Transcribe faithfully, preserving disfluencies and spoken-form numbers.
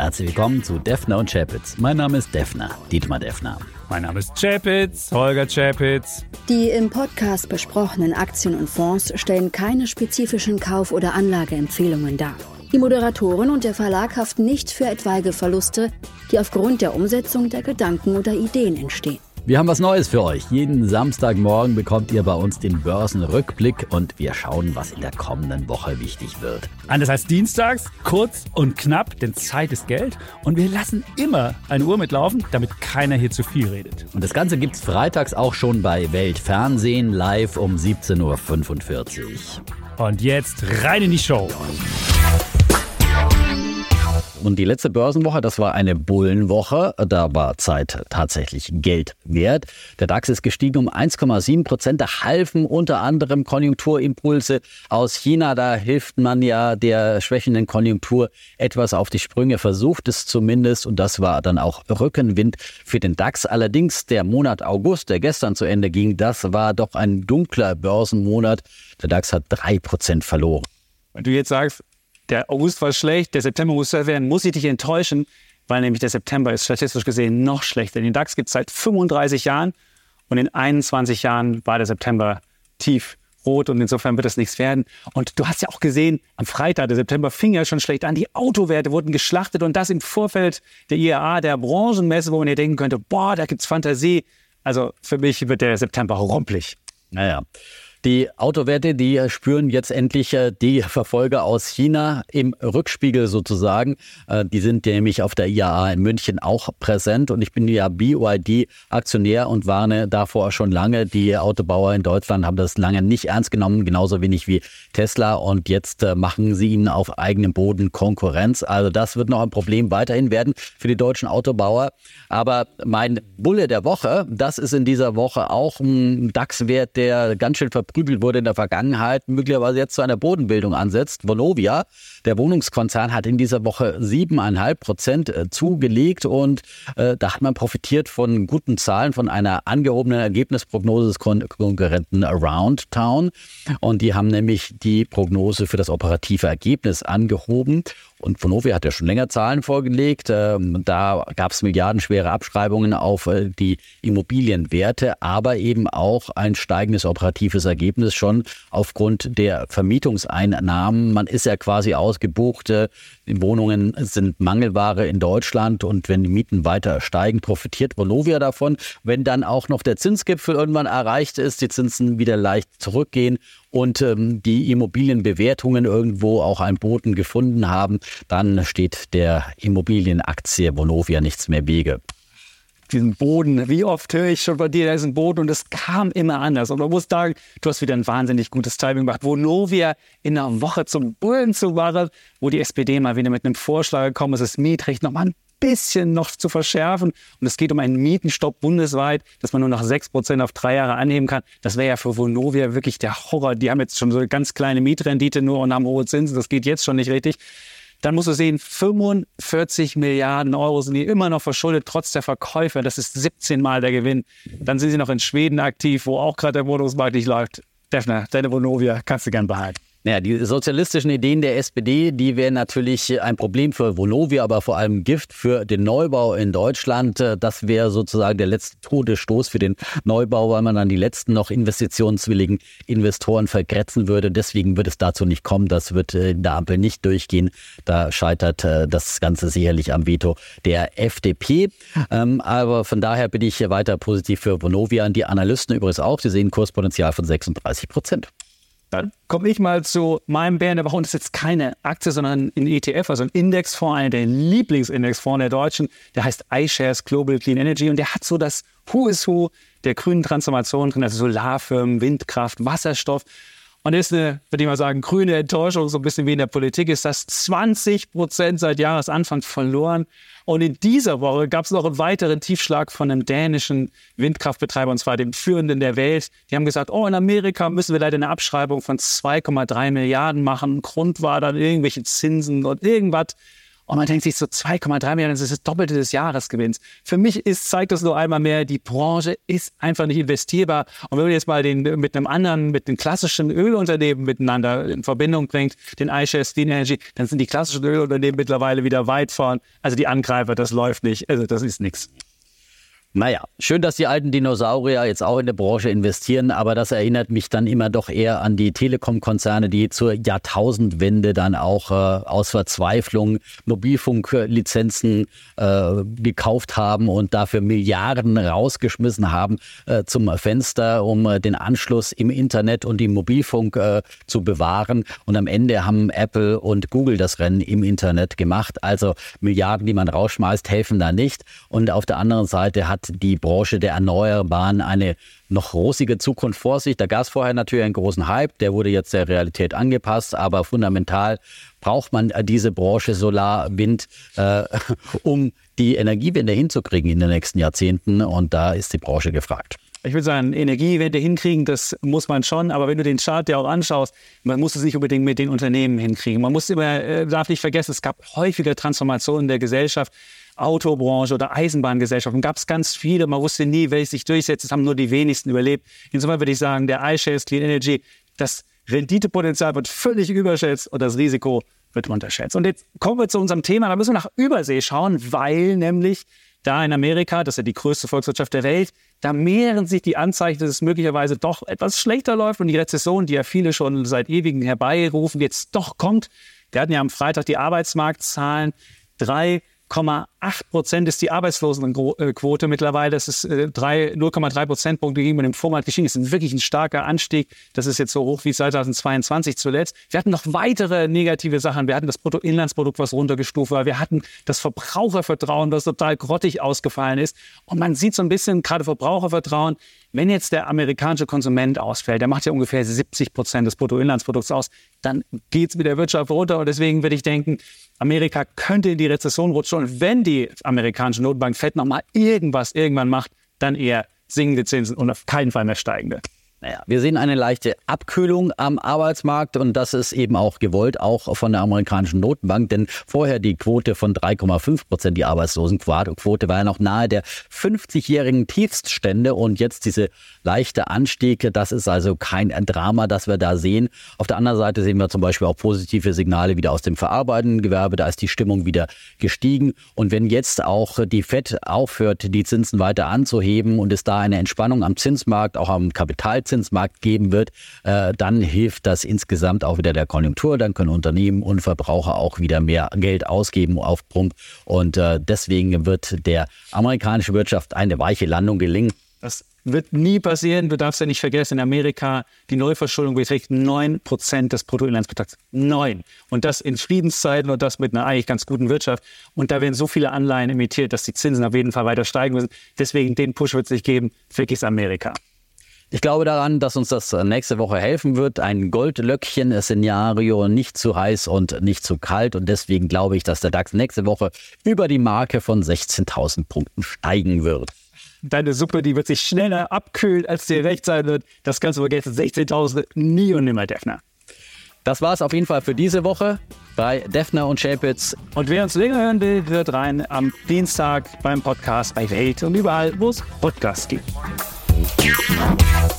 Herzlich willkommen zu Defner und Chapitz. Mein Name ist Defner, Dietmar Defner. Mein Name ist Chapitz, Holger Chapitz. Die im Podcast besprochenen Aktien und Fonds stellen keine spezifischen Kauf- oder Anlageempfehlungen dar. Die Moderatoren und der Verlag haften nicht für etwaige Verluste, die aufgrund der Umsetzung der Gedanken oder Ideen entstehen. Wir haben was Neues für euch. Jeden Samstagmorgen bekommt ihr bei uns den Börsenrückblick und wir schauen, was in der kommenden Woche wichtig wird. Anders als dienstags, kurz und knapp, denn Zeit ist Geld. Und wir lassen immer eine Uhr mitlaufen, damit keiner hier zu viel redet. Und das Ganze gibt's freitags auch schon bei Weltfernsehen live um siebzehn Uhr fünfundvierzig. Und jetzt rein in die Show. Und die letzte Börsenwoche, das war eine Bullenwoche. Da war Zeit tatsächlich Geld wert. Der DAX ist gestiegen um eins Komma sieben Prozent. Da halfen unter anderem Konjunkturimpulse aus China. Da hilft man ja der schwächenden Konjunktur etwas auf die Sprünge, versucht es zumindest. Und das war dann auch Rückenwind für den DAX. Allerdings der Monat August, der gestern zu Ende ging, das war doch ein dunkler Börsenmonat. Der DAX hat drei Prozent verloren. Wenn du jetzt sagst, der August war schlecht, der September muss besser werden, muss ich dich enttäuschen, weil nämlich der September ist statistisch gesehen noch schlechter. Den DAX gibt es seit fünfunddreißig Jahren und in einundzwanzig Jahren war der September tiefrot und insofern wird das nichts werden. Und du hast ja auch gesehen, am Freitag, der September fing ja schon schlecht an, die Autowerte wurden geschlachtet und das im Vorfeld der I A A, der Branchenmesse, wo man ja denken könnte, boah, da gibt's Fantasie. Also für mich wird der September rumpelig. Naja. Die Autowerte, die spüren jetzt endlich die Verfolger aus China im Rückspiegel sozusagen. Die sind nämlich auf der I A A in München auch präsent und ich bin ja B Y D-Aktionär und warne davor schon lange. Die Autobauer in Deutschland haben das lange nicht ernst genommen, genauso wenig wie Tesla und jetzt machen sie ihnen auf eigenem Boden Konkurrenz. Also das wird noch ein Problem weiterhin werden für die deutschen Autobauer. Aber mein Bulle der Woche, das ist in dieser Woche auch ein DAX-Wert, der ganz schön verprügelt wurde in der Vergangenheit, möglicherweise jetzt zu einer Bodenbildung ansetzt. Vonovia, der Wohnungskonzern, hat in dieser Woche sieben Komma fünf Prozent zugelegt und äh, da hat man profitiert von guten Zahlen, von einer angehobenen Ergebnisprognose des Kon- Konkurrenten Aroundtown und die haben nämlich die Prognose für das operative Ergebnis angehoben. Und Vonovia hat ja schon länger Zahlen vorgelegt. Da gab es milliardenschwere Abschreibungen auf die Immobilienwerte, aber eben auch ein steigendes operatives Ergebnis schon aufgrund der Vermietungseinnahmen. Man ist ja quasi ausgebucht. Die Wohnungen sind Mangelware in Deutschland und wenn die Mieten weiter steigen, profitiert Vonovia davon. Wenn dann auch noch der Zinsgipfel irgendwann erreicht ist, die Zinsen wieder leicht zurückgehen und ähm, die Immobilienbewertungen irgendwo auch einen Boden gefunden haben, dann steht der Immobilienaktie Vonovia nichts mehr im Wege. Diesen Boden, wie oft höre ich schon bei dir, da ist ein Boden und es kam immer anders. Und man muss sagen, du hast wieder ein wahnsinnig gutes Timing gemacht. Vonovia in einer Woche zum Bullen zu machen, wo die S P D mal wieder mit einem Vorschlag gekommen ist, das Mietrecht nochmal ein bisschen noch zu verschärfen. Und es geht um einen Mietenstopp bundesweit, dass man nur noch sechs Prozent auf drei Jahre anheben kann. Das wäre ja für Vonovia wirklich der Horror. Die haben jetzt schon so eine ganz kleine Mietrendite nur und haben hohe Zinsen. Das geht jetzt schon nicht richtig. Dann musst du sehen, fünfundvierzig Milliarden Euro sind die immer noch verschuldet, trotz der Verkäufer. Das ist siebzehn Mal der Gewinn. Dann sind sie noch in Schweden aktiv, wo auch gerade der Wohnungsmarkt nicht läuft. Defner, deine Vonovia kannst du gern behalten. Ja, die sozialistischen Ideen der S P D, die wären natürlich ein Problem für Vonovia, aber vor allem Gift für den Neubau in Deutschland. Das wäre sozusagen der letzte Todesstoß für den Neubau, weil man dann die letzten noch investitionswilligen Investoren vergrätzen würde. Deswegen wird es dazu nicht kommen. Das wird in der Ampel nicht durchgehen. Da scheitert das Ganze sicherlich am Veto der F D P. Aber von daher bin ich weiter positiv für Vonovia. Und die Analysten übrigens auch. Sie sehen Kurspotenzial von sechsunddreißig Prozent. Dann komme ich mal zu meinem Bären der Woche. Und das ist jetzt keine Aktie, sondern ein E T F, also ein Indexfonds, einer der Lieblingsindexfonds der Deutschen. Der heißt iShares Global Clean Energy und der hat so das Who is Who der grünen Transformation drin, also Solarfirmen, Windkraft, Wasserstoff. Und das ist eine, würde ich mal sagen, grüne Enttäuschung, so ein bisschen wie in der Politik, ist das zwanzig Prozent seit Jahresanfang verloren. Und in dieser Woche gab es noch einen weiteren Tiefschlag von einem dänischen Windkraftbetreiber, und zwar dem führenden der Welt. Die haben gesagt, oh, in Amerika müssen wir leider eine Abschreibung von zwei Komma drei Milliarden machen. Grund war dann irgendwelche Zinsen und irgendwas. Und man denkt sich so zwei Komma drei Milliarden, das ist das Doppelte des Jahresgewinns. Für mich ist, zeigt das nur einmal mehr, die Branche ist einfach nicht investierbar. Und wenn man jetzt mal den mit einem anderen, mit den klassischen Ölunternehmen miteinander in Verbindung bringt, den iShares Clean Energy, dann sind die klassischen Ölunternehmen mittlerweile wieder weit vorn. Also die Angreifer, das läuft nicht. Also das ist nichts. Naja, schön, dass die alten Dinosaurier jetzt auch in der Branche investieren, aber das erinnert mich dann immer doch eher an die Telekom-Konzerne, die zur Jahrtausendwende dann auch äh, aus Verzweiflung Mobilfunklizenzen äh, gekauft haben und dafür Milliarden rausgeschmissen haben äh, zum Fenster, um äh, den Anschluss im Internet und im Mobilfunk äh, zu bewahren. Und am Ende haben Apple und Google das Rennen im Internet gemacht. Also Milliarden, die man rausschmeißt, helfen da nicht. Und auf der anderen Seite hat die Branche der Erneuerbaren eine noch rosige Zukunft vor sich. Da gab es vorher natürlich einen großen Hype, der wurde jetzt der Realität angepasst, aber fundamental braucht man diese Branche Solar, Wind, äh, um die Energiewende hinzukriegen in den nächsten Jahrzehnten, und da ist die Branche gefragt. Ich würde sagen, Energiewende hinkriegen, das muss man schon. Aber wenn du den Chart dir auch anschaust, man muss es nicht unbedingt mit den Unternehmen hinkriegen. Man muss immer, äh, darf nicht vergessen, es gab häufige Transformationen der Gesellschaft. Autobranche oder Eisenbahngesellschaften gab es ganz viele. Man wusste nie, welches sich durchsetzt. Es haben nur die wenigsten überlebt. Insofern würde ich sagen, der iShares Clean Energy, das Renditepotenzial wird völlig überschätzt und das Risiko wird unterschätzt. Und jetzt kommen wir zu unserem Thema. Da müssen wir nach Übersee schauen, weil nämlich da in Amerika, das ist ja die größte Volkswirtschaft der Welt, da mehren sich die Anzeichen, dass es möglicherweise doch etwas schlechter läuft und die Rezession, die ja viele schon seit Ewigem herbeirufen, jetzt doch kommt. Wir hatten ja am Freitag die Arbeitsmarktzahlen. drei Komma acht Prozent ist die Arbeitslosenquote mittlerweile. Das ist äh, null Komma drei Prozentpunkte gegenüber dem Vormonat gestiegen. Das ist wirklich ein starker Anstieg. Das ist jetzt so hoch wie zweitausendzweiundzwanzig zuletzt. Wir hatten noch weitere negative Sachen. Wir hatten das Bruttoinlandsprodukt, was runtergestuft war. Wir hatten das Verbrauchervertrauen, was total grottig ausgefallen ist. Und man sieht so ein bisschen, gerade Verbrauchervertrauen, wenn jetzt der amerikanische Konsument ausfällt, der macht ja ungefähr siebzig Prozent des Bruttoinlandsprodukts aus, dann geht es mit der Wirtschaft runter. Und deswegen würde ich denken, Amerika könnte in die Rezession rutschen. Und wenn die amerikanische Notenbank Fed nochmal irgendwas irgendwann macht, dann eher sinkende Zinsen und auf keinen Fall mehr steigende. Naja, wir sehen eine leichte Abkühlung am Arbeitsmarkt, und das ist eben auch gewollt, auch von der amerikanischen Notenbank, denn vorher die Quote von drei Komma fünf Prozent, die Arbeitslosenquote, war ja noch nahe der fünfzigjährigen Tiefststände, und jetzt diese leichte Anstieg, das ist also kein Drama, das wir da sehen. Auf der anderen Seite sehen wir zum Beispiel auch positive Signale wieder aus dem verarbeitenden Gewerbe, da ist die Stimmung wieder gestiegen, und wenn jetzt auch die Fed aufhört, die Zinsen weiter anzuheben und es da eine Entspannung am Zinsmarkt, auch am Kapital Zinsmarkt geben wird, äh, dann hilft das insgesamt auch wieder der Konjunktur. Dann können Unternehmen und Verbraucher auch wieder mehr Geld ausgeben auf Pump. Und äh, deswegen wird der amerikanischen Wirtschaft eine weiche Landung gelingen. Das wird nie passieren. Du darfst ja nicht vergessen, in Amerika, die Neuverschuldung beträgt neun Prozent des Bruttoinlandsprodukts. neun. Und das in Friedenszeiten und das mit einer eigentlich ganz guten Wirtschaft. Und da werden so viele Anleihen emittiert, dass die Zinsen auf jeden Fall weiter steigen müssen. Deswegen den Push wird es nicht geben. Vergiss Amerika. Ich glaube daran, dass uns das nächste Woche helfen wird. Ein Goldlöckchen-Szenario, nicht zu heiß und nicht zu kalt. Und deswegen glaube ich, dass der DAX nächste Woche über die Marke von sechzehntausend Punkten steigen wird. Deine Suppe, die wird sich schneller abkühlen, als dir recht sein wird. Das kannst du vergessen. sechzehntausend nie und nimmer, Defner. Das war es auf jeden Fall für diese Woche bei Defner und Chapitz. Und wer uns länger hören will, hört rein am Dienstag beim Podcast bei Welt und überall, wo es Podcasts gibt. Yeah.